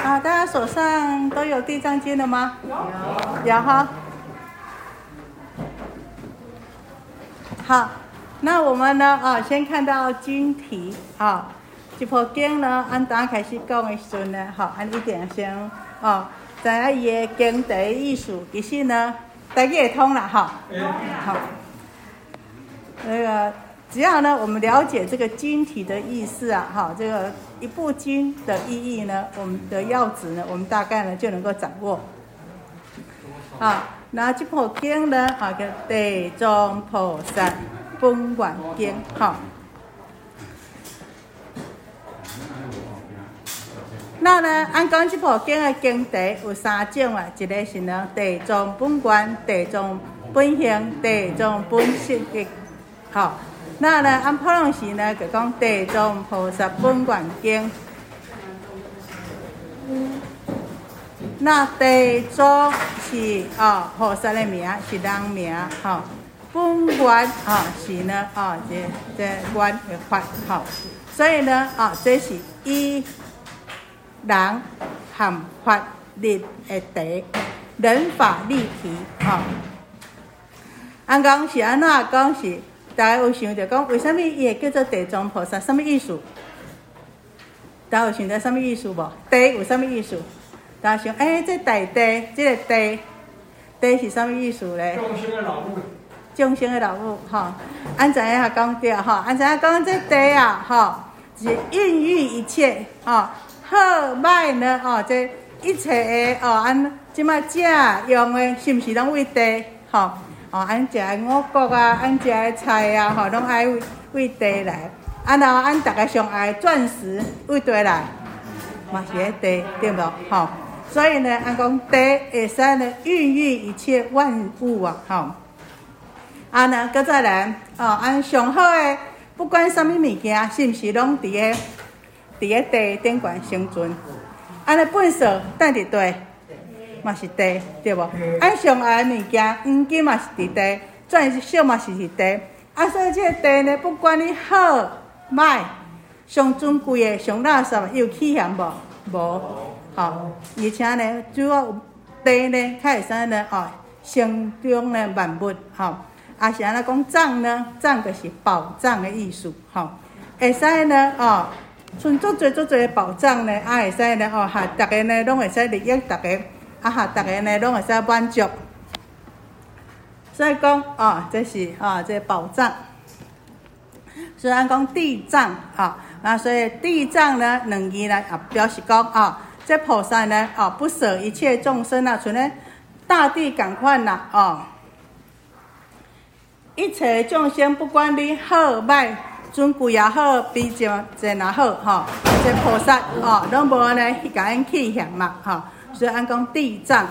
大家手上都有地藏经了吗？有哈。好，那我们呢先看到经题这部经呢，按当开始讲的时阵呢，按一定先知影伊的经题的意思，其实呢，大家会通啦好。那个只要呢，我们了解这个经题的意思这个一部经的意义呢，我们的要旨呢，我们大概呢就能够掌握。那这部经呢叫《地藏菩萨本愿经》那呢，按讲这部经的经题有三种一个是呢地藏本愿、地藏本行、地藏本实的那呢，按普通时呢，就讲地藏菩萨本愿经。那地藏是菩萨的名，是人名本愿是呢这愿的法所以呢这是以人含法律的题，人法立题按讲是安怎讲是？大家有想到讲，为什么伊会叫做地藏菩萨？什么意思？大家有想到什么意思无？地有什么意思？大家想，这大地，这个地是什么意思咧？ 众生的老母。 众生的老母按怎样讲对按怎样讲这地是孕育一切好歹呢这一切的按即摆食用的，是毋是拢为地按食的五谷按食的菜拢爱为地来。然后按大家上爱钻石为地来，嘛是迄地对无所以呢，按讲地会使呢孕育一切万物呢，搁再来按上好的，不管什么物件，是毋是拢伫个地顶悬生存？按呢粪扫等伫地。嘛是地，对无？按上爱的物件，黄金嘛是伫地，钻石嘛是伫地。所以这个地呢，不管你好歹，上尊贵的、上垃圾，有起嫌无？无。而且呢，主要有地呢，它会使呢生长呢万物是安怎讲藏呢？藏就是宝藏的意思会使呢存足侪的宝藏呢，会使呢大家呢拢会使利益大家。大家呢拢会使满足，所以讲这是这宝藏。所以按讲地藏所以地藏呢两字呢也表示讲这菩萨呢不舍一切众生像咧大地同款一切众生不管你好歹，尊贵也好，卑贱也好这菩萨拢无呢去甲因起嫌嘛所以按讲地藏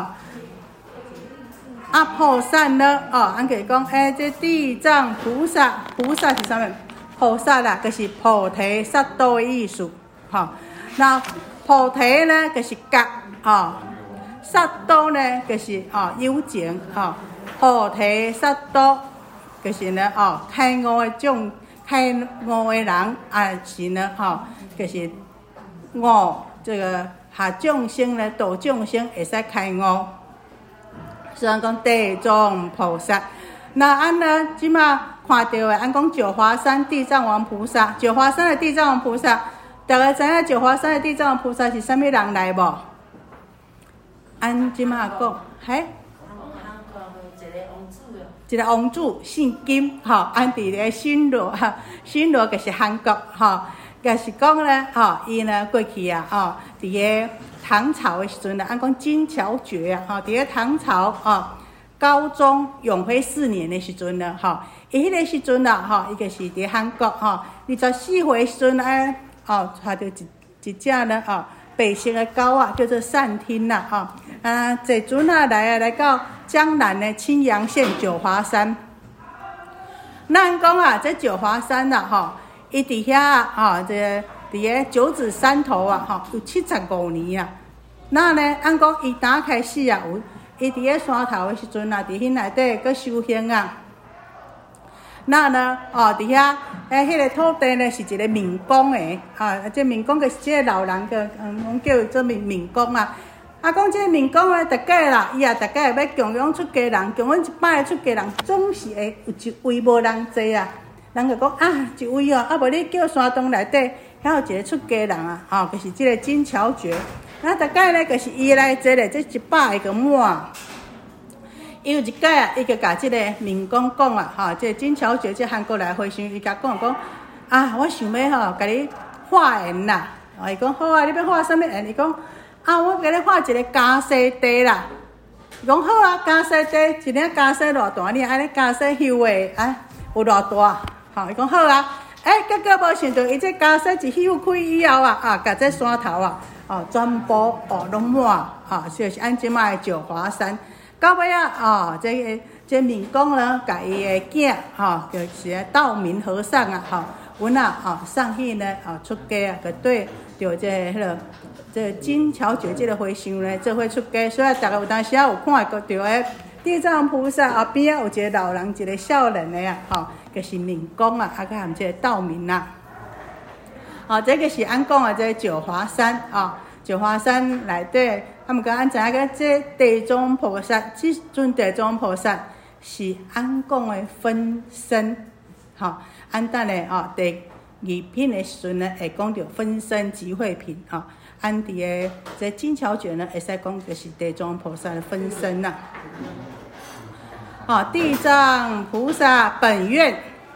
菩萨呢按可以讲这地藏菩萨是啥物？菩萨就是菩提萨埵的意思那菩提呢就是觉萨埵呢就是有情菩提萨埵就是呢开悟的人是呢就是悟这个众生呢度众生会使开悟，所以讲地藏菩萨。那按呢即马看到的按讲九华山地藏王菩萨，九华山的地藏王菩萨，大家知影九华山的地藏王菩萨是啥物人来无？按即马讲，一个王子姓金按伫咧新罗就是韩国就是讲呢伊呢过去伫个唐朝的时阵按讲金乔觉伫个唐朝高宗永徽4年的时阵呢伊迄个时阵伊就是伫韩国24岁的时阵抓到一只呢白色的狗叫做善听坐船来到江南的青阳县九华山。咱讲这九华山伊伫遐这伫个九子山头有75年那呢按讲伊打开始有伊伫个山头的时阵伫迄内底搁修行那呢，伫遐，迄个土地呢是一个民工的，这民工就是这个老人个，阮叫做民工啊。讲这个民工呢，大家啦，伊也大家要供养出家人，供养一摆出家人，总是会有一位无人坐啊。人就讲一位哦，无你叫山洞内底，遐有一个出家人啊，就是这个金桥诀。大概呢，就是伊来坐咧，这100个满。伊有一届伊就甲即个民工讲即个金桥诀即韩国来回想，伊甲讲我想要甲你画圆啦。伊讲好啊，你要画啥物圆？伊讲我甲你画一个加西地啦。伊讲好啊，加西地一领加西偌大？你安尼加西翕的有偌大？伊讲好啊。结果无想到伊这加西一翕开以后甲这山头全部拢满就是按即卖九华山。到尾这民工呢，甲伊的囝就是道明和尚阮上去呢出家个对着这金桥诀这个回想呢，做伙出家。所以大家有当时有看过着的地藏菩萨后边有一个老人，一个少年的就是民工甲含这个道明这个是俺讲的这九华山九华山内底，他们讲知影个这地藏菩萨，这尊地藏菩萨是俺讲的分身，俺等咧第2品的时阵呢，会讲到分身集会品俺伫个这金桥诀呢，会使讲就是地藏菩萨的分身啦。地藏菩萨本愿，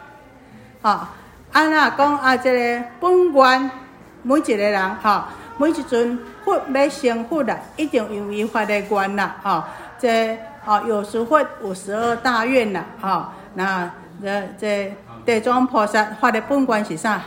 按讲这个本愿，每一个人每一尊佛要成佛啦，一定有伊发的愿啦，这有时佛有12大愿啦，那这地藏菩萨发的本愿是啥？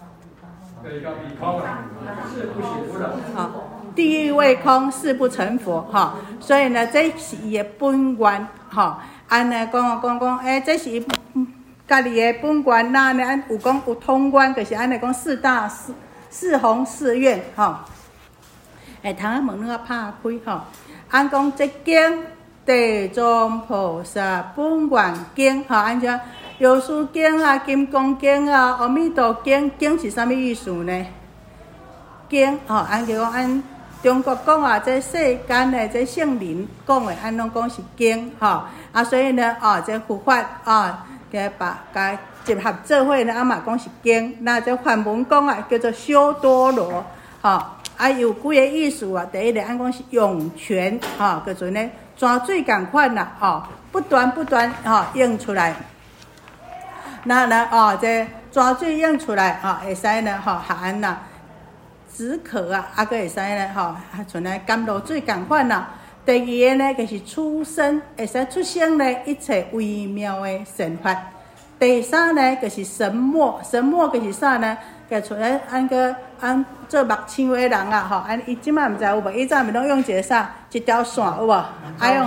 地狱未空，誓不成佛所以呢，这是伊的本愿按呢讲，这是伊家己的本愿那呢，按有讲有通愿，就是按呢讲四弘誓愿通仔门咧拍开按讲这经地藏菩萨本愿经按照药师经金刚经阿弥陀经，经是啥物意思呢？经按叫讲按中国讲这世间的这圣人讲的，按拢讲是经所以呢这佛法甲集合做伙呢，嘛讲是经。那这梵文讲叫做修多罗有几个意思第一个按讲是涌泉叫做呢泉水同款啦不断涌出来。那呢这泉水涌出来会使呢含啦止渴还会使呢像来甘露水同款啦。第二个呢就是出生，会使出生呢一切微妙的神法。第三呢就是神墨，神墨就是啥呢？就像按做目睭的人按伊即摆毋知有无？伊早毋拢用一个啥？一条线有无？用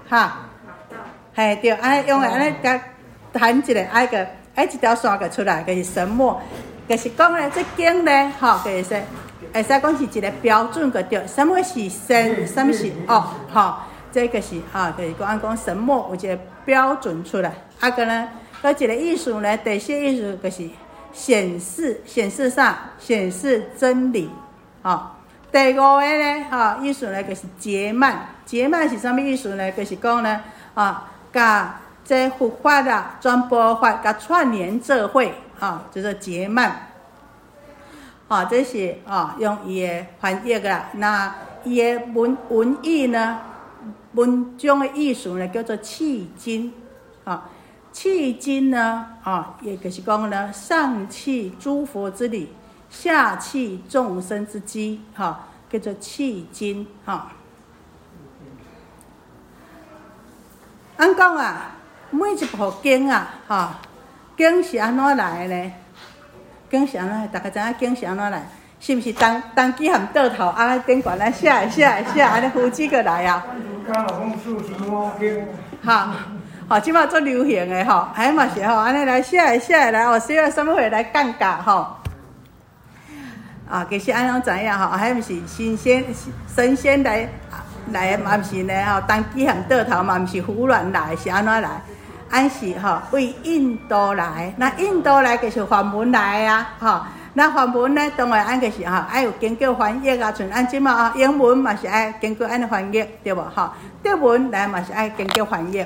对，用的安尼甲弹一个，一条线个出来，就是神墨。就是讲呢，这经呢就是会使讲是一个标准个对，什么是善，什么是恶这个是就是讲神墨有一个标准出来。个呢，个一个意思呢，第四意思就是显示啥？显示真理第五个呢意思呢就是结曼，结曼是啥物意思呢？就是讲呢甲这佛法全部法甲串联做伙叫做结曼这是用伊的翻译啦。那伊的文意呢，文章的意思呢叫做契经契经呢也就是讲呢，上契诸佛之理，下契众生之机叫做契经按讲每一部经经是安怎来的呢？经是安怎？大家知影经是安怎来？是毋是当机含倒头顶悬写安尼夫妻过来即马做流行的嘛是安尼来写来写了什么会来降价其实安怎知影迄毋是神仙来嘛毋是呢当机含倒头嘛毋是胡乱来，是安怎来？ 安是为印度来，那印度来就是梵文来啊，那梵文呢，当然安就是爱有经过翻译啊，像安即嘛英文嘛是爱经过安尼翻译，对无德文来嘛是爱经过翻译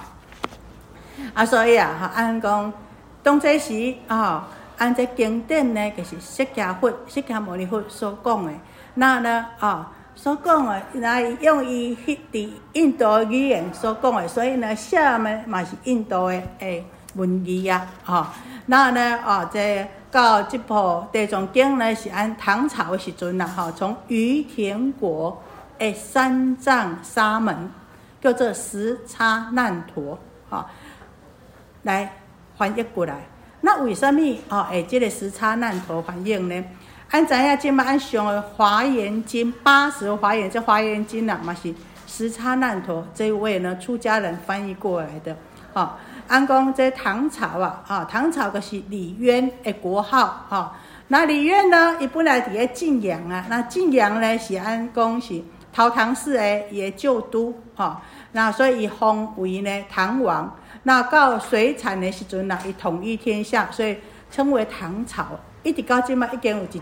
所以按讲当这时按这经典呢，就是释迦牟尼佛所讲的，那呢所讲的，那用伊伫印度语言所讲的，所以呢，写的嘛是印度的文字那呢这到这部《地藏经》呢，是按唐朝的时阵从于田国的三藏沙门叫做十叉难陀来翻译过来。那为什么这个十叉难陀翻译呢？按知影即摆按上的《华严经》80华严，这《华严经》嘛是十叉难陀这位呢出家人翻译过来的按讲这唐朝唐朝就是李渊的国号那李渊呢，伊本来伫咧晋阳那晋阳呢是按讲是陶唐氏的伊的旧都那所以伊封为呢唐王。那到隋禅的时阵伊统一天下，所以称为唐朝。一直到即摆已经有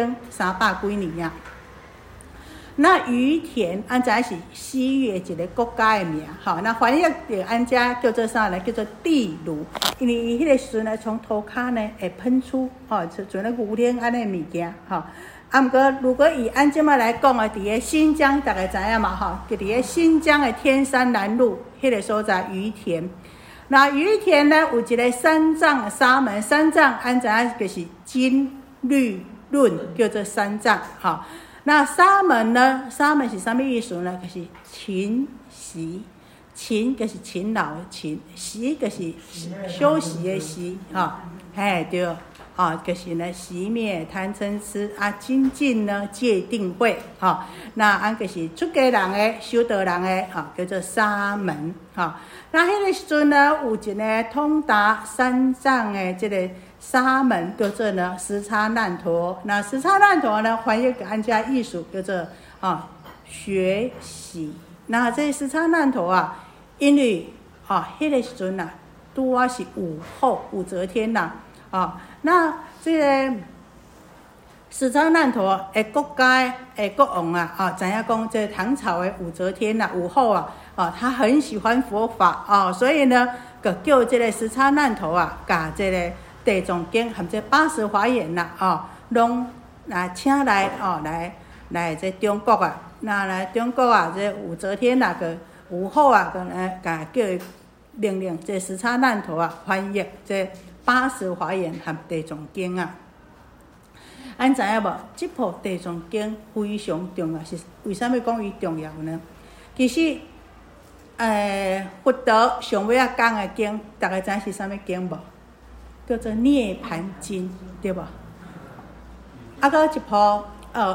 1300几年那于田按知是西域一个国家的名那翻译着按遮叫做啥呢？叫做地炉，因为伊迄个时阵从头壳呢会喷出像咧牛奶安尼物件毋过如果以按即摆来讲伫咧新疆，大概知影嘛就伫咧新疆的天山南路迄个所在于田。那于田呢，有一个三藏沙门，三藏按知影就是经律论，叫做三藏那沙门呢？沙门是啥物意思呢？就是勤习，勤就是勤劳的勤，习就是休息的习对就是呢熄灭贪嗔痴精进呢戒定慧那按就是出家人的修道人的叫做沙门那迄个时阵呢，有一个通达三藏的这个沙门叫做呢十叉难陀。那十叉难陀呢，翻译给按遮意思叫做学习。那这十叉难陀因为迄个时阵拄是武后武则天那这个十叉难陀的国家的国王知影讲这唐朝的武则天武后他很喜欢佛法所以呢，就叫这个十叉难陀甲这个地藏经和这80华严拢请来来这中国那来中国这武则天个武后甲叫命令这十叉难陀翻译这80华严和地藏经按知影无？这部地藏经非常重要，是为什么讲伊重要呢？其实，佛陀上尾讲的经，大家知影是啥物经无？叫做涅盘经，对无？搁一部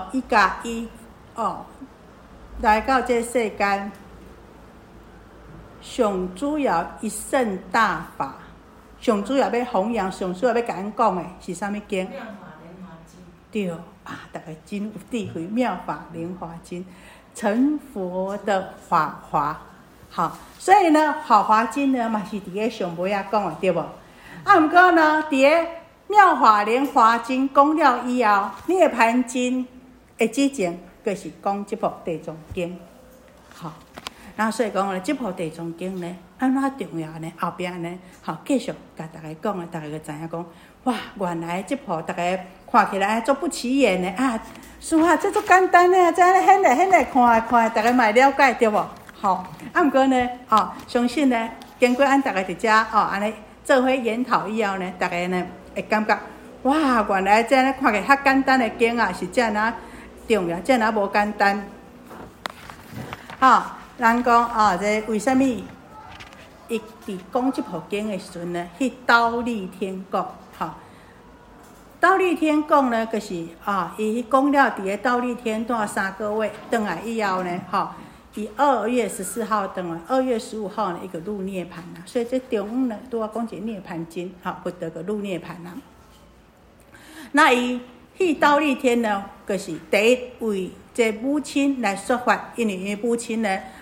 1+1来到这世间，上主要一乘大法，上主要要弘扬，上主要要甲咱讲的是啥物经？对大家真有智慧，妙法莲华经，成佛的法华。所以呢，法华经呢嘛是伫咧上尾讲的，对无？毋过呢，伫咧妙法莲华经讲了以后，涅盘经的之前，就是讲这部地藏经。那所以讲呢，这部地藏经呢，安怎重要呢？后边呢，继续甲大家讲大家就知影讲，哇，原来这部大家看起来足不起眼的师父这足简单的，这样显来看，大家嘛了解对无？毋过呢，相信呢，经过大家伫遮安尼做伙研讨以后呢，大家呢会感觉，哇，原来这样看起来较简单的经是这样重要，这样无简单。人讲这为什么伊伫讲这部经的时阵呢？去忉利天国，忉利天国呢，就是伊讲了伫咧忉利天住3个月，转来以后呢，伊2月14号转来，2月15号呢，伊个入涅盘所以这中午呢，拄讲一个涅盘经，佛陀个入涅盘那伊去忉利天呢，就是第一为这母亲来说法，因为母亲呢，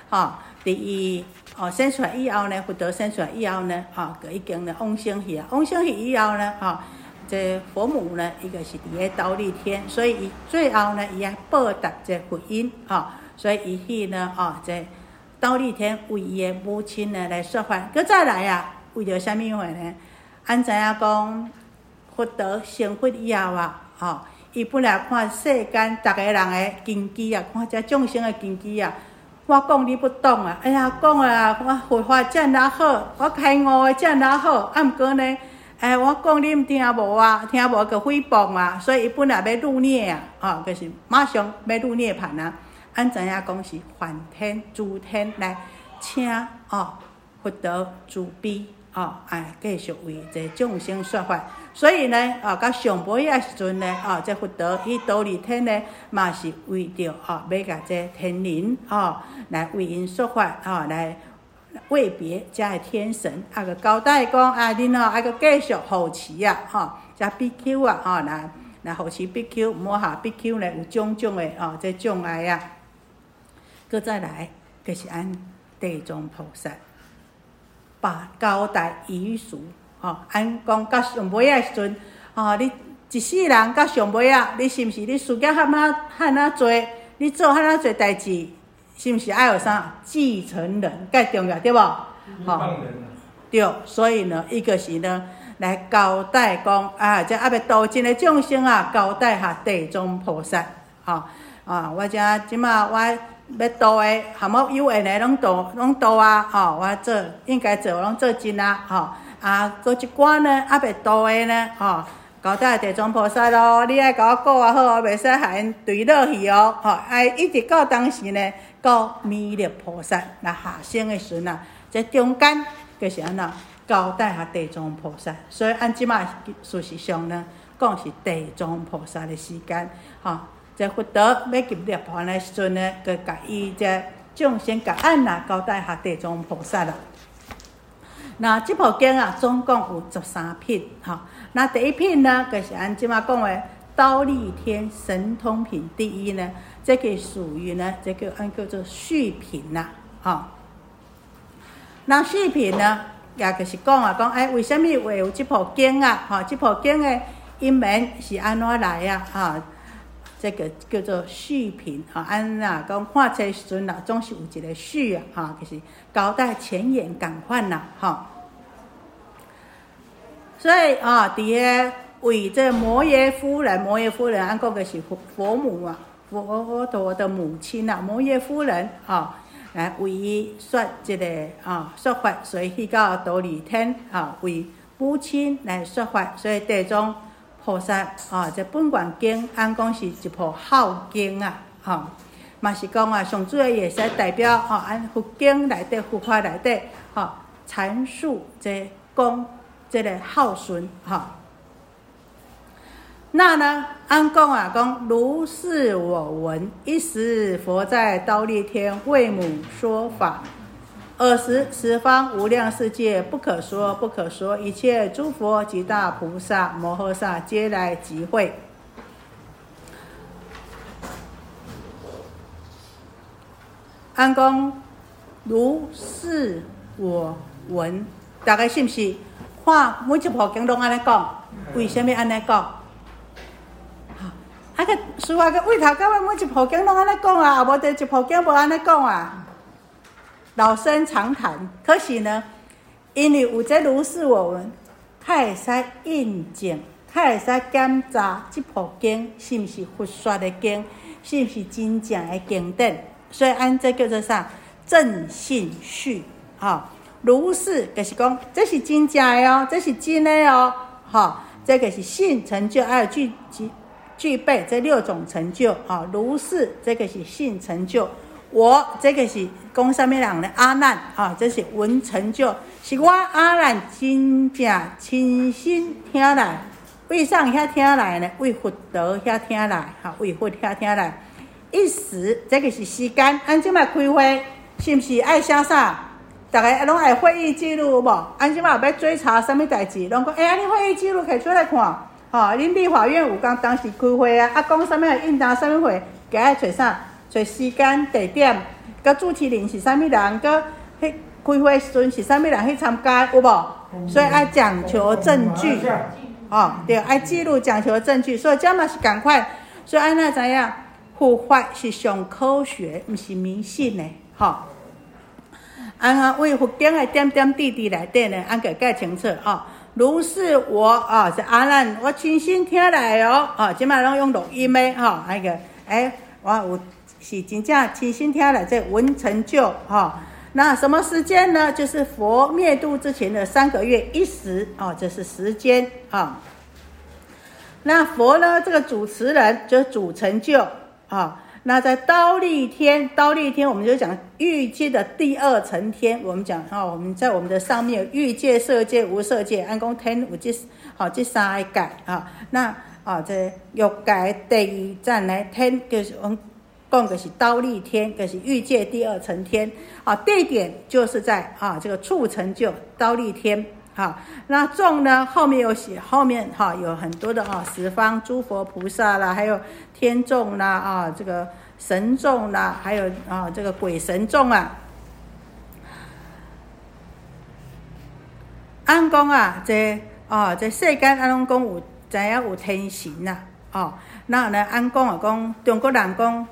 第一生出来以后呢，佛陀生出来以后呢，就已经呢往生去啊，往生去以后呢，这佛母呢，伊个是伫个忉利天，所以伊最后呢，伊还报答这佛音所以伊去呢，这忉利天为伊的母亲呢来说法。佮再来啊，为着啥物话呢？咱知影讲，佛陀成佛以后伊本来看世间逐个人的根基啊，看这众生的根基啊，我讲你不懂啊，哎呀，讲啊，我佛法遮哪好，我开悟的遮哪好，毋过呢，我讲你毋听无啊，听无就诽谤啊，所以伊本来要入涅啊，就是马上要入涅槃啊。咱知影讲是梵天、诸天来请佛陀慈悲继续为这众生说法。所以呢，到上尾的时阵呢，这佛陀去忉利天呢，嘛是为着要甲这天人来为因说法来为别遮的天神，个交代讲恁还个继续护持遮比丘来护持比丘，毋好下比丘呢有种种的这障碍啊。佮再来，就是按地藏菩萨把交代遗书按讲到上尾的时阵你一世人到上尾你是毋是你事业喊哪做，你做喊哪做代志，是毋是爱有啥继承人，介重要对无？对，所以呢，伊就是呢来交代讲这要度尽的众生交代下地藏菩萨我遮即马我要度的，含我有缘的拢度我做应该做拢做尽搁一寡呢未度的呢交代地藏菩萨咯，你爱甲我顾好袂使害因坠落去一直到当时呢，到弥勒菩萨来下生的时阵这中间就是安怎交代下地藏菩萨，所以按即马事实上呢，讲是地藏菩萨的时间这佛陀要入涅槃的时阵呢，佮甲伊这众生甲交代下地藏菩萨啦。那这部经总共有13品那第一品呢，就是按即马讲的忉利天神通品第一呢，这个属于呢，这个叫做序品啦那序品呢，也就是讲为什么会有这部经这部经的因缘是安怎来这个叫做序品讲看册时阵总是有一个序就是交代前言同款啦所以伫个为这摩耶夫人按讲的是佛母佛陀的母亲摩耶夫人来为伊说这个说法，所以去到忉利天为母亲来说法，所以地藏菩萨这本愿经按讲是一部孝经嘛是讲上主要也是代表按佛经内底佛法内底阐述这讲这个孝顺那呢按讲如是我闻，一时佛在忉利天为母说法，尔时十方无量世界不可说不可说，一切诸佛及大菩萨摩诃萨皆来集会。按讲如是我闻，大家是不是看每一部经拢安尼讲？为什么安尼讲？个师父个为头到尾每一部经拢安尼讲无第一部经无安尼讲老生常谈。可是呢，因为有这如是我闻，较会使印证，较会使检查这部经是毋是佛说的经，是毋是真正的经典。所以按这叫做啥？正信序如是就是讲，这是真正的这是真的这个是信成就，还有具备这6种成就如是这个是信成就，我这个是讲什么人呢？阿难这是闻成就，是我阿难真正亲身听来，为啥遐听来呢？为佛陀遐听来为佛遐听来。一时这个是时间，按即摆开会是毋是爱写啥？大家拢爱会议记录无？按即摆要追查什么代志，拢讲你会议记录摕出来看。恁立法院有讲当时开会讲什么应答什么会，该爱找啥？找时间、地点， 个主持人是啥物人，个迄开会时阵是啥物人去参加，有无？所以爱讲求证据，对，爱记录讲求证据，所以这嘛是共款，所以安那知影，佛法是上科学，毋是迷信的，为佛经的点点滴滴内底呢，安个解清楚如是我是阿难，我亲身听来即摆拢用录音的那个我有是真正亲身听来这闻成就那什么时间呢？就是佛灭度之前的3个月1时这是时间那佛呢，这个主持人就是主成就那在忉利天我们就讲欲界的第2层天，我们讲我们在我们的上面有欲界、色界、无色界，按讲天有这3个界那这欲界第2站来天，就是我们讲的是忉利天，就是欲界第2层天地点就是在这个处成就忉利天那众呢后面有写，后面有很多的十方诸佛菩萨啦，还有天众啦这个神众啦，还有这个鬼神众按讲这世间按讲有知影有天神那呢按讲讲中国人讲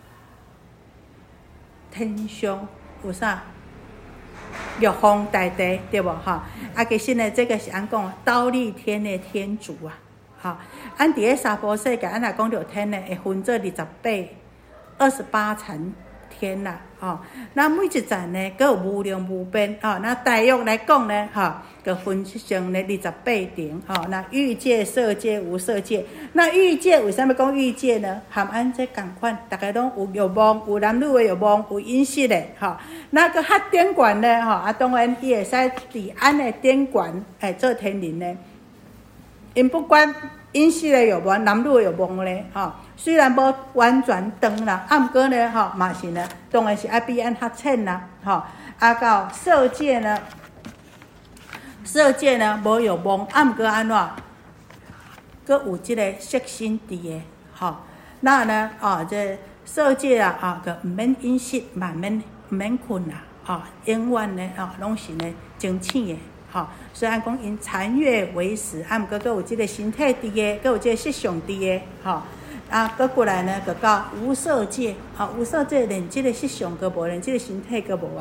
天上有啥？玉皇大帝对不其实呢，这个是按讲忉利天的天主按伫三婆世界，按来讲到天呢，会分做28层天啦那每一层呢，各有无量无边那大约来讲呢各分成呢28层那欲界、色界、无色界。那欲界为什么讲欲界呢？含按这共款，大家拢有欲望，有男女的欲望，有饮食的那个较典管呢当然伊会使伫安的典管做天人呢，因不管饮食的欲望、男女的欲望呢虽然无完全断啦，毋过呢嘛是呢，当然是爱比按较浅啦到色界呢，无欲望，毋过安怎？佫有即个色心伫的那呢这色界佫毋免饮食，嘛毋免困啦永远呢拢是呢清醒的虽然讲因残月为食，毋过佫有即个身体伫的，佫有即个色相伫的佫过来呢，佫到无色界无色界连即个色相佫无，连即个身体佫无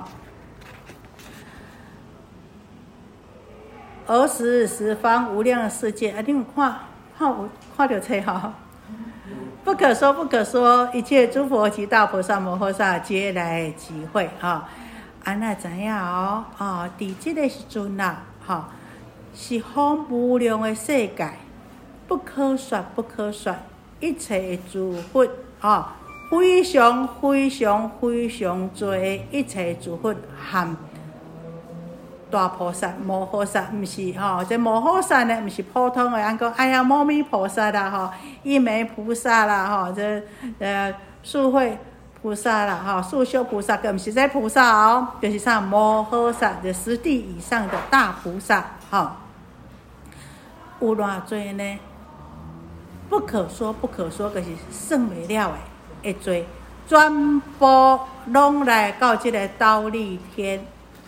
儿时十方无量的世界你有看到册不可说不可说，一切诸佛及大菩萨摩诃萨皆来集会安那知影伫即个时阵是好无量的世界，不可说不可说，一切诸佛非常非常非常多的一切诸佛含大菩萨、摩诃萨，毋是这摩诃萨呢，毋是普通的，按讲呀，摩弥菩萨啦，一枚菩萨啦，这素慧菩萨啦，素修菩萨，更毋是这菩萨就是啥摩诃萨，就10地以上的大菩萨有偌多呢？不可说不可说，就是算袂了的，会多，全部拢来到这个忉利天。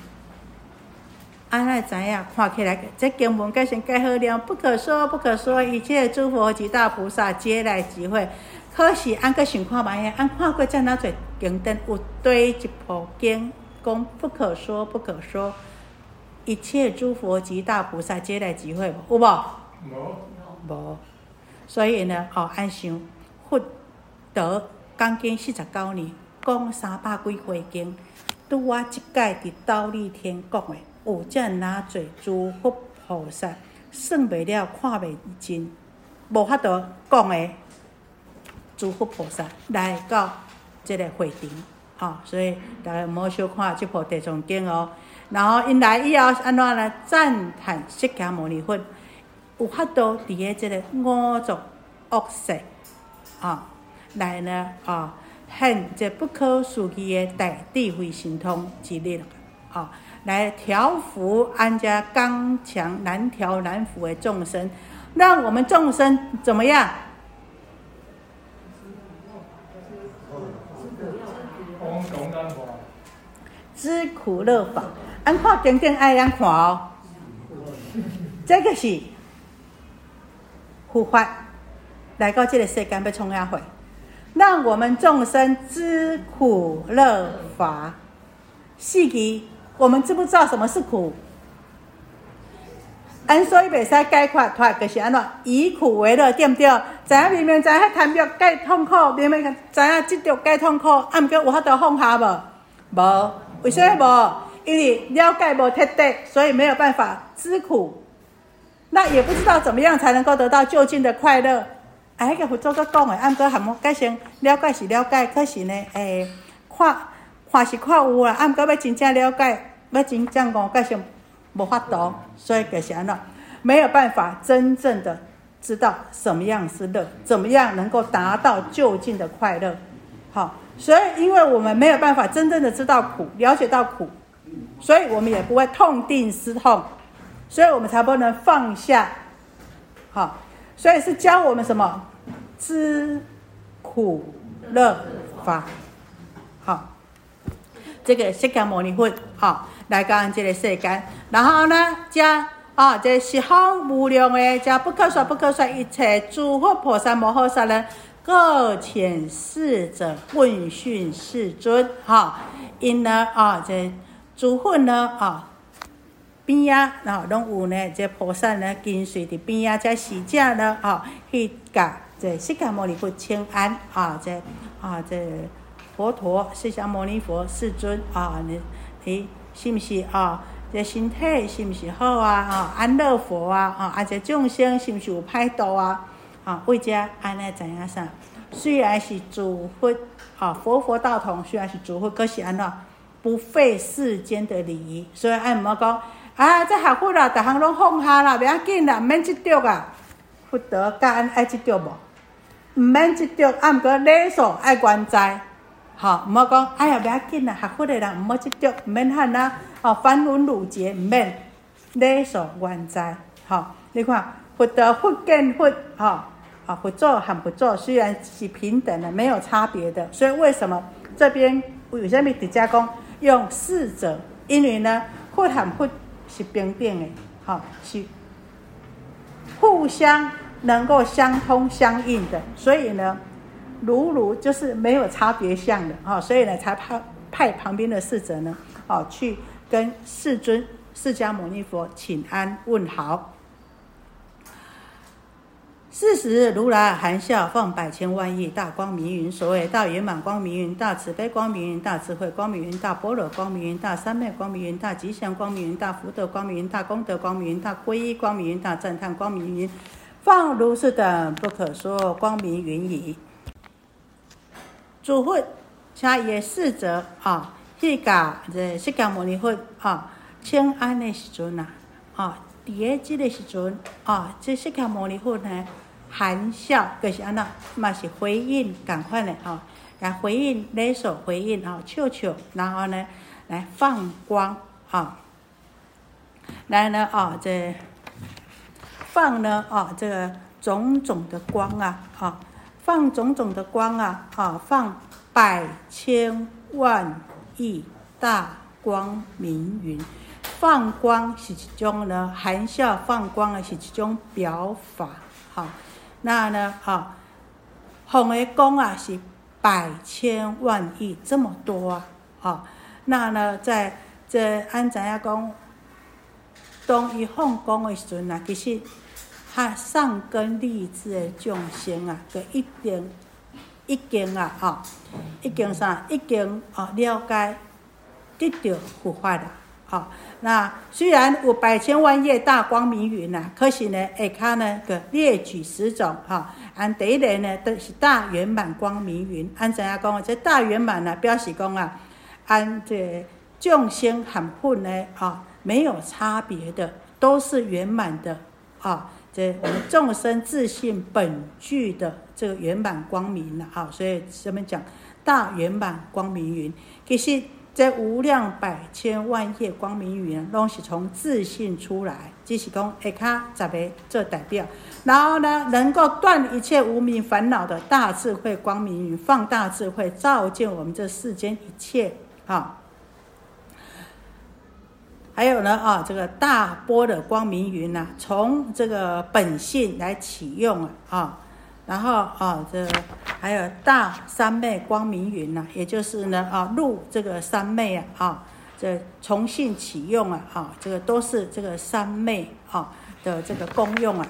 安那知影？看起来这经文解先解好了，不可说不可说，一切诸佛及大菩萨皆来集会。可是按个想看卖按看过遮那侪经典，有对一部经讲不可说不可说，一切诸佛及大菩萨皆来集会，有无？无。所以呢，按想佛得讲经49年，讲300几回经，拄我即届伫忉利天讲的。有遮那侪诸佛菩萨，算袂了，看袂尽，无法度讲的诸佛菩萨来到这个会场，所以大家莫小看这部地藏经然后因来以后安怎呢？赞叹释迦牟尼佛有法度伫个这个五浊恶世来呢现这不可思议的大智慧神通之力来调伏安家刚强难调难服的众生，让我们众生怎么样？ 知苦乐法。按看经典爱咱看哦，这个是佛法来到这个世间要创啥会，让我们众生知苦乐法。四句，我们知不知道什么是苦？按所以袂使解决脱，就是安怎以苦为乐，对不对？知影明明知影贪欲介痛苦，明明知影执着介痛苦，啊，毋过有法度放下无？无，为什么无？因为了解无彻底，所以没有办法知苦。那也不知道怎么样才能够得到究竟的快乐。迄个佛祖佮讲的，啊，毋过含解成了解是了解，可是呢，看是看有啦，啊，毋过要真正了解，要真正讲解成无法度，所以就是安怎，没有办法真正的知道什么样是乐，怎么样能够达到究竟的快乐。好，所以因为我们没有办法真正的知道苦，了解到苦，所以我们也不会痛定思痛，所以我们才不能放下。好，所以是教我们什么？知苦乐法。好，这个释迦牟尼佛来到这个世间，然后呢，将这十方无量的，这不可说不可说一切诸佛菩萨摩诃萨人，各遣使者问讯世尊。因呢这诸佛呢边啊，拢有呢这菩萨呢跟随伫边啊，这使者呢去甲这释迦牟尼佛请安这佛陀释迦牟尼佛世尊你是不是这身体是不是好啊？安乐佛啊这众生是不是有歹度啊？为这安尼知影啥？虽然是诸佛佛道同，虽然是诸佛，可是安怎不费世间的礼仪，所以按毋好讲这学佛啦，逐项拢放下啦，袂要紧啦，毋免执着啊。佛陀教咱爱执着无？毋免执着，毋过礼数爱原在。毋好讲，哎呀，袂要紧啦，学佛的人毋好执着，毋免喊繁文缛节，毋免礼数原在。你看佛陀佛见佛，佛祖和佛祖虽然是平等的，没有差别的，所以为什么这边为什么直接讲用侍者？因为呢，佛和佛是平等的，是互相能够相通相应的，所以呢，如就是没有差别相的所以呢，才派旁边的侍者呢，去跟世尊释迦牟尼佛请安问好。是时如来含笑放百千万亿大光明云，所谓大圆满光明云、大慈悲光明云、大智慧光明云、大般若光明云、大三昧光明云、大吉祥光明云、大福德光明云、大功德光明云、大皈依光明云、大赞叹光明云，放如是等不可说光明云矣。诸佛请伊的侍者去甲这释迦牟尼佛请安的时阵伫个这个时阵这释迦牟尼佛呢含笑，就是安那嘛是回应同款的来回应礼数回应笑笑，然后呢来放光来呢这放呢这个种种的光放种种的光放百千万亿大光明云。放光是一种呢，含笑放光的是一种表法那呢放的光是百千万亿这么多那呢在这咱知影讲，当伊放光的时阵其实上根立志的众生就已经啥？已经了解得到佛法啦那虽然有百千万亿大光明云可是呢下骹呢个列举10种按第一个呢都是大圆满光明云。按怎样讲这大圆满表示讲按这众生和佛呢没有差别的，都是圆满的这我们众生自性本具的这个圆满光明所以这边讲大圆满光明云。其实这无量百千万亿光明云都是从自性出来，只是讲下骹10个做代表，然后呢能够断一切无明烦恼的大智慧光明云，放大智慧照见我们这世间一切还有呢这个大般若光明云呐，从这个本性来启用然后这还有大三昧光明云呐，也就是呢入这个三昧这从性启用这个都是这个三昧的这个功用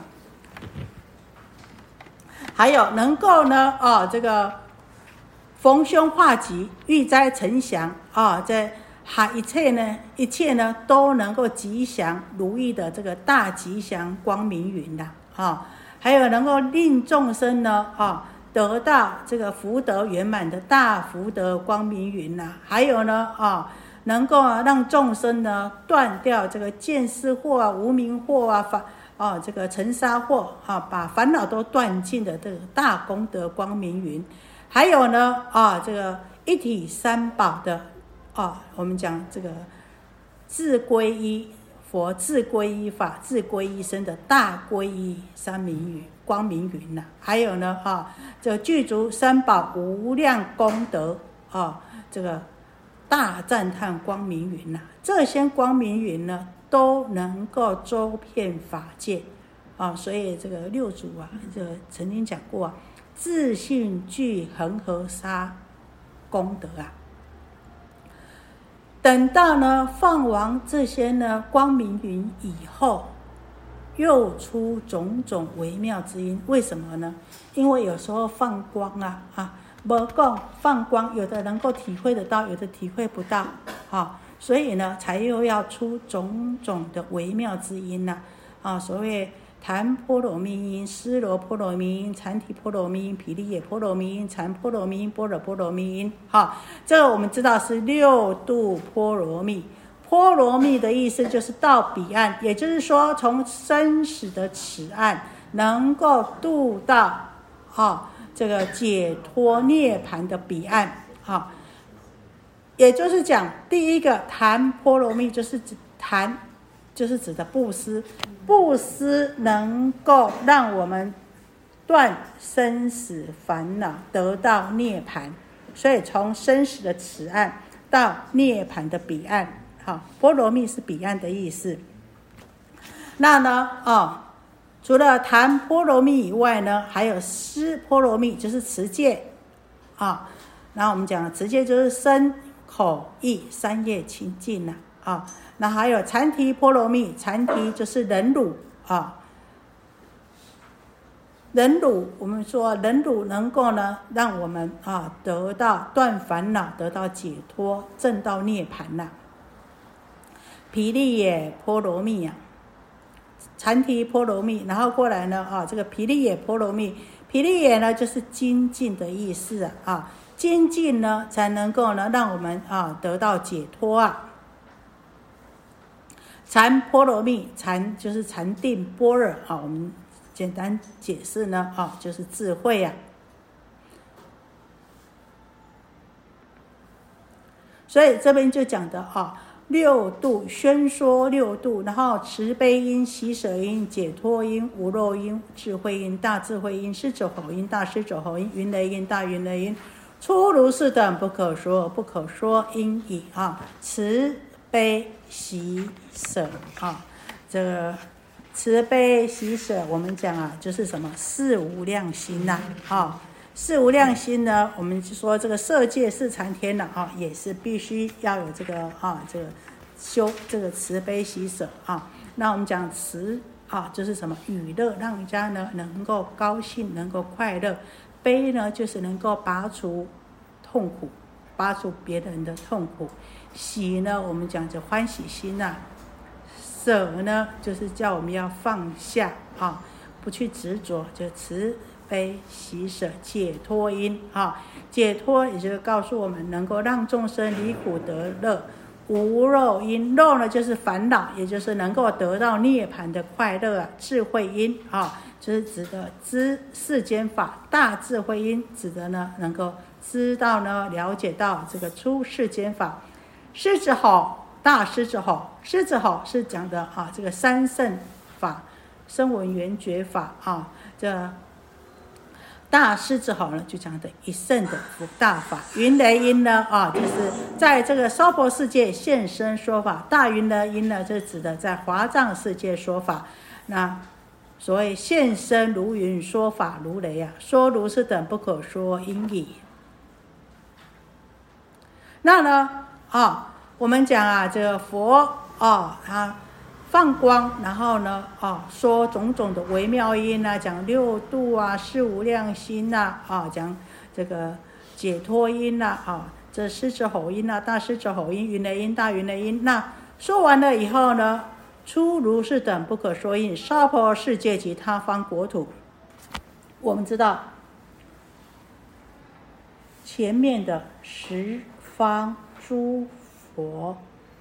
还有能够呢这个逢凶化吉、遇灾成祥这一切呢都能够吉祥如意的这个大吉祥光明云还有能够令众生呢得到这个福德圆满的大福德光明云还有呢能够让众生呢断掉这个见思惑无明惑这个尘沙惑把烦恼都断尽的这个大功德光明云，还有呢这个一体三宝的我们讲这个自归依佛、自归依法、自归依僧的大归依三明云光明云还有呢这个具足三宝无量功德这个大赞叹光明云这些光明云呢都能够周遍法界所以这个六祖这个曾经讲过自信具恒河沙功德等到呢放完这些呢光明云以后，又出种种微妙之音。为什么呢？因为有时候放光没讲放光，有的能够体会得到，有的体会不到所以呢才又要出种种的微妙之音所谓檀波罗蜜音、尸罗波罗蜜音、禅提波罗蜜音、毗梨耶波罗蜜音、禅波罗蜜音、般若波罗蜜音这个我们知道是六度波罗蜜。波罗蜜的意思就是到彼岸，也就是说从生死的此岸能够渡到这个解脱涅槃的彼岸也就是讲第一个檀波罗蜜就是指檀就是指的布施，布施能够让我们断生死烦恼，得到涅槃。所以从生死的此岸到涅槃的彼岸波罗蜜是彼岸的意思。那呢除了檀波罗蜜以外呢，还有尸波罗蜜，就是持戒然后我们讲持戒就是身口意三业清净那还有禅提波罗蜜，禅提就是忍辱忍辱我们说忍辱能够呢让我们得到断烦恼，得到解脱，证到涅槃毗梨耶波罗蜜禅提波罗蜜，然后过来呢这个毗梨耶波罗蜜，毗梨耶呢就是精进的意思精进呢才能够呢让我们得到解脱禅波罗蜜，禅就是禅定般若我们简单解释呢就是智慧所以这边就讲的六度，宣说六度，然后慈悲音、喜舍音、解脱音、无漏音、智慧音、大智慧音、狮子吼音、大狮子吼音、云雷音、大云雷音，出如是等不可说，不可说音已慈悲喜舍这个慈悲喜舍我们讲就是什么四无量心四无量心呢，我们就说这个色界四禅天也是必须要有这个这个修这个慈悲喜舍那我们讲慈就是什么娱乐，让人家呢能够高兴，能够快乐。悲呢就是能够拔除痛苦，拔除别人的痛苦。喜呢我们讲就欢喜心舍呢就是叫我们要放下不去执着，就慈悲喜舍解脱音解脱也就是告诉我们能够让众生离苦得乐。无漏音，漏呢就是烦恼，也就是能够得到涅槃的快乐智慧音就是指的知世间法。大智慧音指的呢能够知道呢了解到这个出世间法。狮子吼，大狮子吼，狮子吼是讲的这个三圣法，声闻缘觉法这大狮子吼呢，就讲的一圣的大法。云雷音呢，就是在这个娑婆世界现身说法。大云雷音呢，就指的在华藏世界说法。那所谓现身如云，说法如雷啊，说如是等不可说因矣。那呢，我们讲这个佛他放光，然后呢，说种种的微妙音啊，讲六度啊，四无量心啊，讲这个解脱音啊，这狮子吼音啊，大狮子吼音，云雷音，大云雷音。那说完了以后呢，出如是等不可说因，娑婆世界及他方国土。我们知道前面的十方诸佛，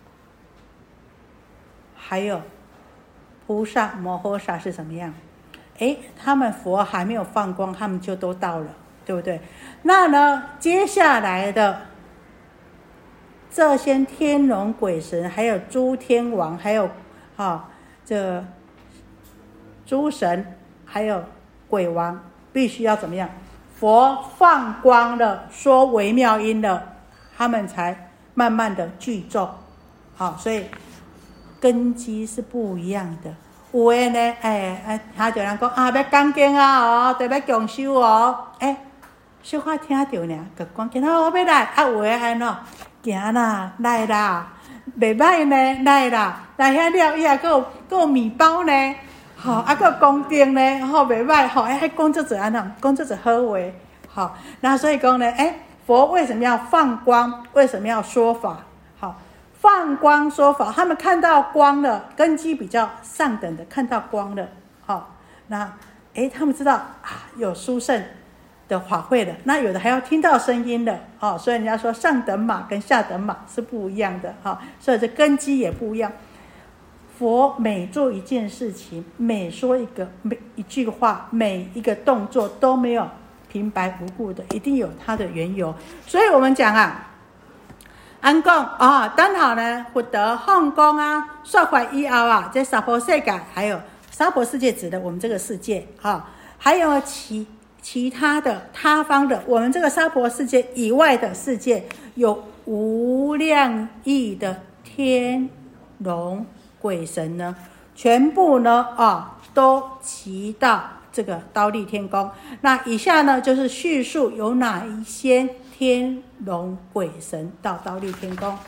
还有菩萨摩诃萨是怎么样？他们佛还没有放光，他们就都到了，对不对？那呢，接下来的这些天龙鬼神，还有诸天王，还有这诸神，还有鬼王，必须要怎么样？佛放光了，说微妙音了，他们才慢慢的聚众。所以根基是不一样的。有的呢，他就人讲要讲经就要共修小可听到呢，就讲今仔我要来，有的安怎行啦，来啦，袂歹呢，来啦，来遐了以后，佫有面包呢，佫有公丁呢，袂歹，讲这安怎，讲这好话，那所以讲呢，佛为什么要放光？为什么要说法？放光说法，他们看到光了，根基比较上等的看到光了，那他们知道有殊胜的法会了，那有的还要听到声音的，所以人家说上等马跟下等马是不一样的，所以这根基也不一样。佛每做一件事情，每说每一句话，每一个动作都没有平白无故的，一定有它的缘由。所以我们讲安讲等候呢，佛得放光说法以后这娑婆世界，还有娑婆世界指的我们这个世界还有其他的他方的我们这个娑婆世界以外的世界，有无量亿的天龙鬼神呢，全部呢都齐到这个忉利天宫。那以下呢就是叙述有哪一些天龙鬼神到忉利天宫。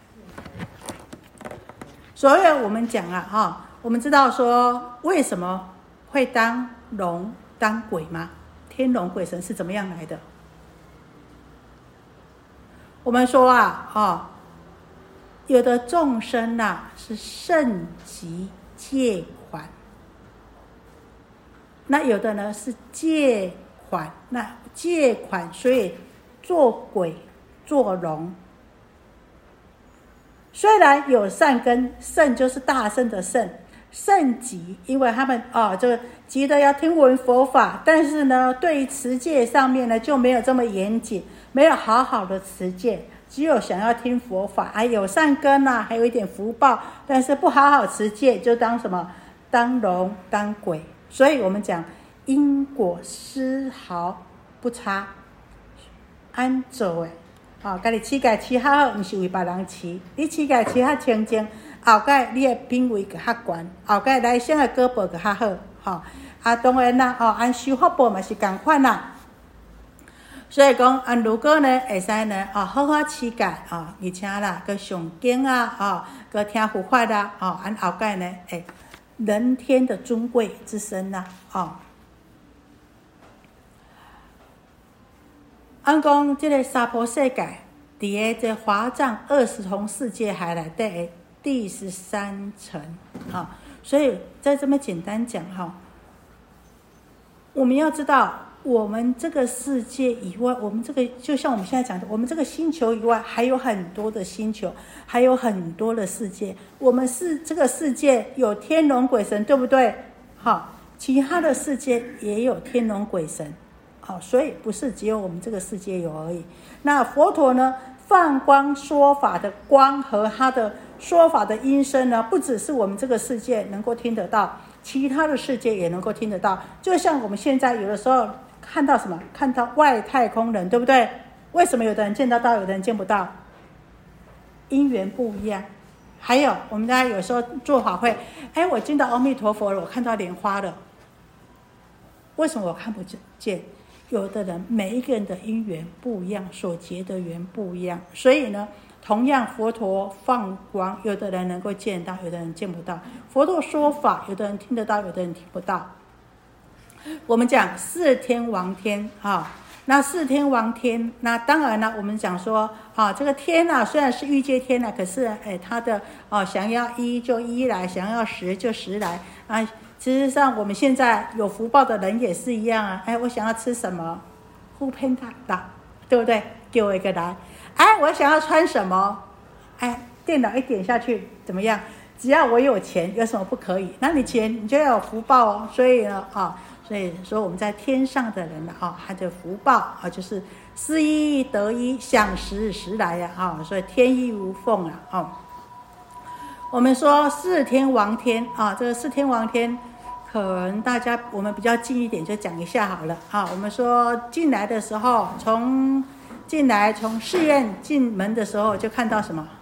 所以我们讲我们知道说为什么会当龙当鬼吗？天龙鬼神是怎么样来的？我们说有的众生是圣级戒款，那有的呢是戒款，那戒款所以做鬼做龙。虽然有善根，圣就是大圣的圣，圣级，因为他们就急着要听闻佛法，但是呢对于持戒上面呢就没有这么严谨，没有好好的持戒，只有想要听佛法，还有善根还有一点福报，但是不好好持戒，就当什么？当龙当鬼。所以我们讲因果丝毫不差，安做的家己饲家饲较好，不是为别人饲。你饲家饲较清净，后盖你的品位就较悬，后盖来生的果报就较好。当然按修福报嘛是同款啦。所以讲如果呢会使呢好好饲家而且佮上经佮听佛法按后盖呢人天的尊贵之身按讲这个娑婆世界伫个这华藏20重世界海内底的第13层所以在这么简单讲我们要知道我们这个世界以外，我们这个就像我们现在讲的，我们这个星球以外还有很多的星球，还有很多的世界。我们是这个世界有天龙鬼神，对不对？其他的世界也有天龙鬼神，所以不是只有我们这个世界有而已。那佛陀呢放光说法的光和他的说法的音声呢，不只是我们这个世界能够听得到，其他的世界也能够听得到。就像我们现在有的时候看到什么？看到外太空人，对不对？为什么有的人见得到，有的人见不到？因缘不一样。还有我们大家有时候做法会，我见到阿弥陀佛了，我看到莲花了，为什么我看不见？有的人每一个人的因缘不一样，所结的缘不一样，所以呢，同样佛陀放光，有的人能够见到，有的人见不到。佛陀说法，有的人听得到，有的人听不到。我们讲四天王天那四天王天，那当然了，我们讲说这个天虽然是欲界天可是他的想要一就一来，想要十就十来事实上我们现在有福报的人也是一样我想要吃什么，呼喷他，对不对？给我一个来。我想要穿什么，电脑一点下去怎么样？只要我有钱，有什么不可以？那你钱你就要有福报所以呢所以说我们在天上的人他的福报就是思一得一，想十十来所以天衣无缝我们说四天王天这个四天王天，可能大家我们比较近一点就讲一下好了我们说进来的时候，从寺院进门的时候就看到什么？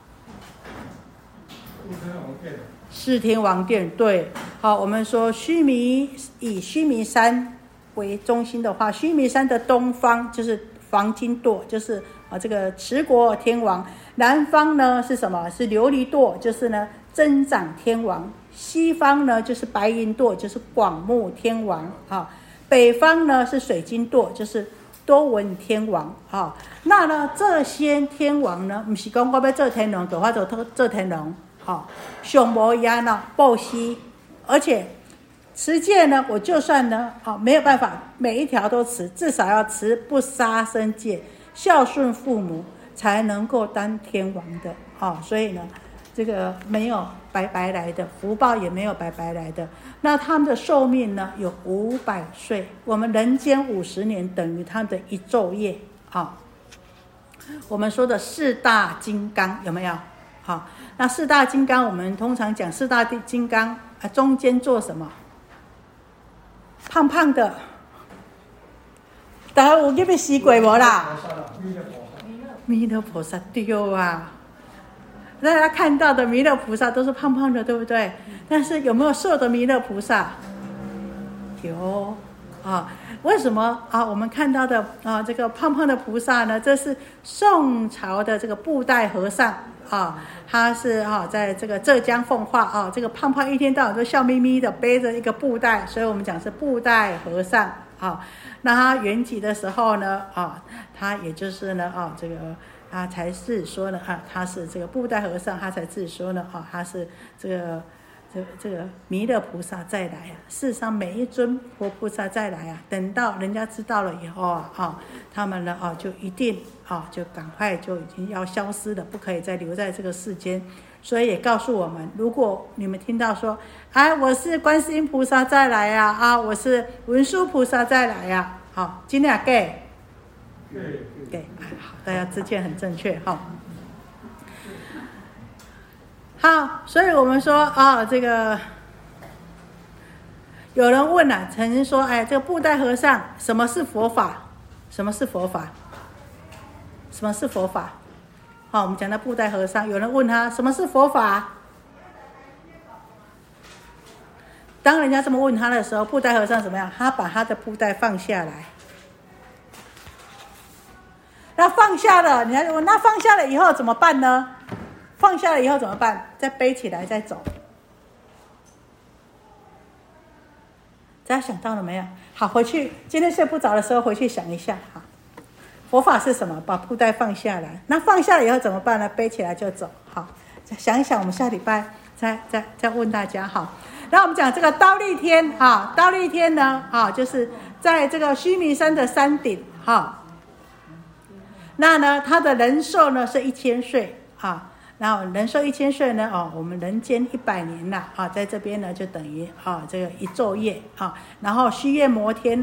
四天王殿，对。我们说以须弥山为中心的话，须弥山的东方就是黄金垛，就是这个持国天王。南方呢是什么？是琉璃垛，就是呢增长天王。西方呢就是白银垛，就是广目天王北方呢是水晶垛，就是多闻天王那呢这些天王呢，不是说我要做天龙，就我就做天龙上无一样布施，而且持戒呢，我就算呢没有办法每一条都持，至少要持不杀生戒，孝顺父母，才能够当天王的所以呢，这个没有白白来的，福报也没有白白来的。那他们的寿命呢有500岁，我们人间50年等于他们的一昼夜我们说的四大金刚有没有？那四大金刚，我们通常讲四大金刚中间做什么？胖胖的，大家有去试过无啦？弥勒菩萨对大家看到的弥勒菩萨都是胖胖的，对不对？但是有没有瘦的弥勒菩萨？有为什么我们看到的这个胖胖的菩萨呢？这是宋朝的这个布袋和尚他是在这个浙江奉化这个胖胖一天到晚都笑眯眯的背着一个布袋，所以我们讲是布袋和尚那他圆寂的时候呢他也就是呢这个他才是说呢他是这个布袋和尚，他才自说呢他是这个弥勒菩萨再来事实上每一尊活菩萨再来等到人家知道了以后他们呢就一定就赶快就已经要消失了，不可以再留在这个世间。所以也告诉我们，如果你们听到说我是观世音菩萨再来我是文殊菩萨再来今天给好，大家之间很正确好，所以我们说这个有人问曾经说这个布袋和尚什么是佛法？什么是佛法？什么是佛法？我们讲到布袋和尚，有人问他什么是佛法？当人家这么问他的时候，布袋和尚怎么样？他把他的布袋放下来。那放下了，你还问那放下了以后怎么办呢？放下了以后怎么办？再背起来再走。大家想到了没有？好，回去今天睡不着的时候回去想一下佛法是什么？把布袋放下来。那放下了以后怎么办呢？背起来就走。好，想一想，我们下礼拜再问大家那我们讲这个忉利天忉利天呢就是在这个须弥山的山顶那呢他的人寿呢是1000岁然后人寿1000岁呢我们人间100年了在这边呢就等于这个一昼夜然后须夜摩天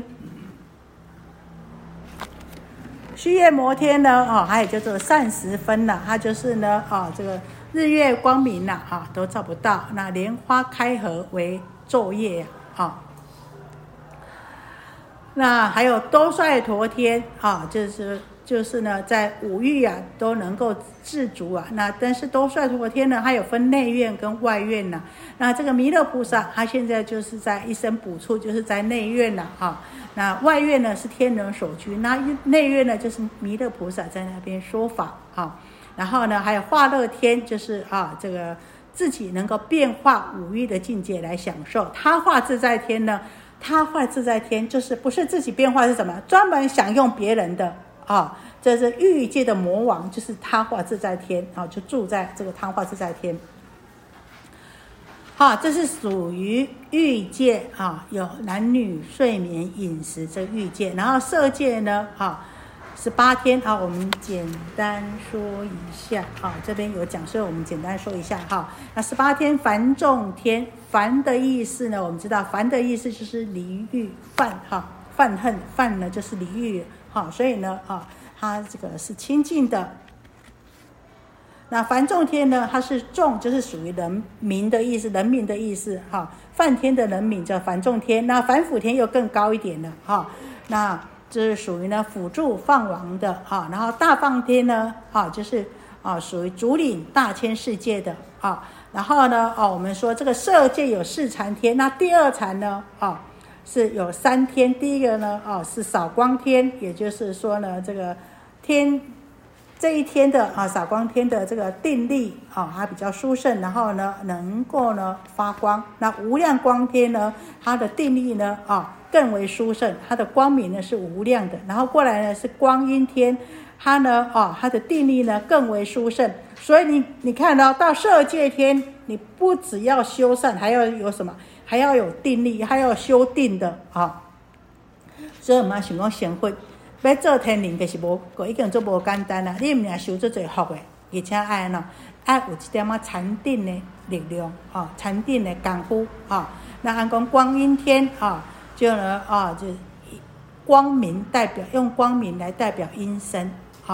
呢还有叫做善时分了，它就是呢这个日月光明都照不到，那莲花开合为昼夜那还有兜率陀天啊，就是呢，在五欲啊都能够自足啊。那但是兜率陀天呢，它有分内院跟外院呐。那这个弥勒菩萨，他现在就是在一生补处，就是在内院了啊。那外院呢是天人所居，那内院呢就是弥勒菩萨在那边说法啊。然后呢，还有化乐天，就是这个自己能够变化五欲的境界来享受。他化自在天呢，他化自在天就是不是自己变化，是什么？专门享用别人的。这是欲界的魔王，就是他化自在天就住在这个他化自在天。这是属于欲界有男女睡眠饮食这欲界。然后色界呢18天我们简单说一下这边有讲，所以我们简单说一下那18天凡众天，凡的意思呢，我们知道凡的意思就是离欲犯犯恨，犯呢就是离欲所以呢它这个是清净的。那凡众天呢，它是众就是属于人民的意思，人民的意思梵天的人民叫凡众天。那凡辅天又更高一点了那这是属于呢辅助放王的然后大放天呢就是属于主领大千世界的然后呢我们说这个色界有4禅天，那第2禅呢是有3天。第一个呢是扫光天，也就是说呢这个天这一天的扫光天的这个定力它比较殊胜，然后呢能够呢发光。那无量光天呢，它的定力呢更为殊胜，它的光明呢是无量的。然后过来呢是光阴天，它呢它的定力呢更为殊胜。所以你看到色界天，你不只要修善，还要有什么？还要有定力，还要修定的所以我们想讲成佛要做天人，就是已经做无简单啦。你唔要修做最福的，而且爱有一点禅定的力量禅定的功夫那按讲光阴天就呢就光明代表，用光明来代表阴身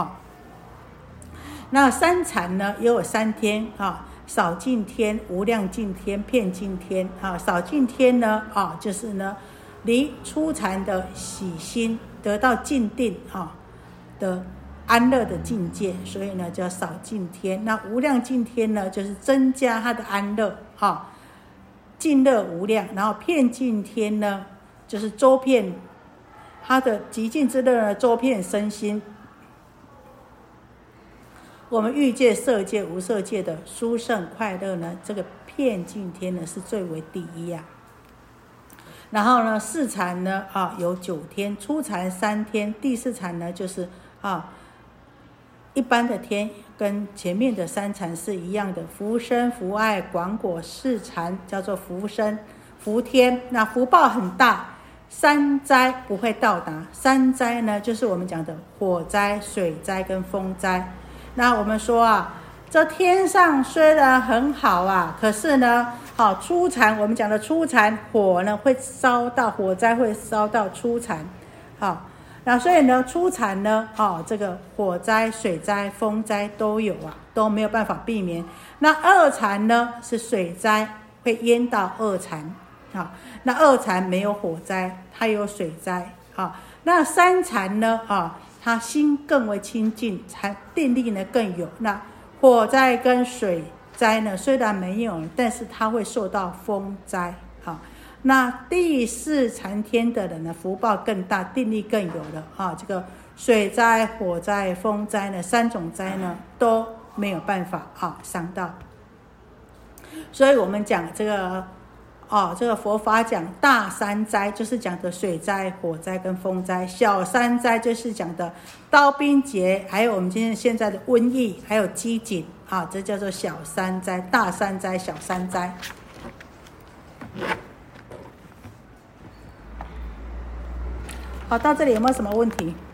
那3禅呢也有3天扫尽天、无量尽天、遍尽天扫尽天呢就是呢离初禅的喜心得到静定的安乐的境界，所以呢叫扫尽天。那无量尽天呢就是增加他的安乐尽乐无量。然后遍尽天呢就是周遍他的极尽之乐呢，周遍身心。我们欲界、色界、无色界的殊胜快乐呢，这个遍尽天呢是最为第一然后呢4禅呢有9天，初禅3天，第4禅呢就是一般的天，跟前面的3禅是一样的，福生、福爱、广果4禅叫做福生、福天。那福报很大，3灾不会到达。3灾呢就是我们讲的火灾、水灾跟风灾。那我们说这天上虽然很好可是呢初禅，我们讲的初禅火呢会烧到，火灾会烧到初禅那所以呢初禅呢这个火灾、水灾、风灾都有都没有办法避免。那2禅呢是水灾会淹到2禅那2禅没有火灾，它有水灾那3禅呢它心更为清净，定力呢更有。那火灾跟水灾呢虽然没有，但是它会受到风灾那第4禅天的人呢福报更大，定力更有了这个水灾、火灾、风灾呢3种灾呢都没有办法伤到。所以我们讲这个这个佛法讲大3灾，就是讲的水灾、火灾跟风灾；小3灾就是讲的刀兵劫，还有我们现在的瘟疫，还有饥馑这叫做小3灾。大3灾、小3灾。好，到这里有没有什么问题？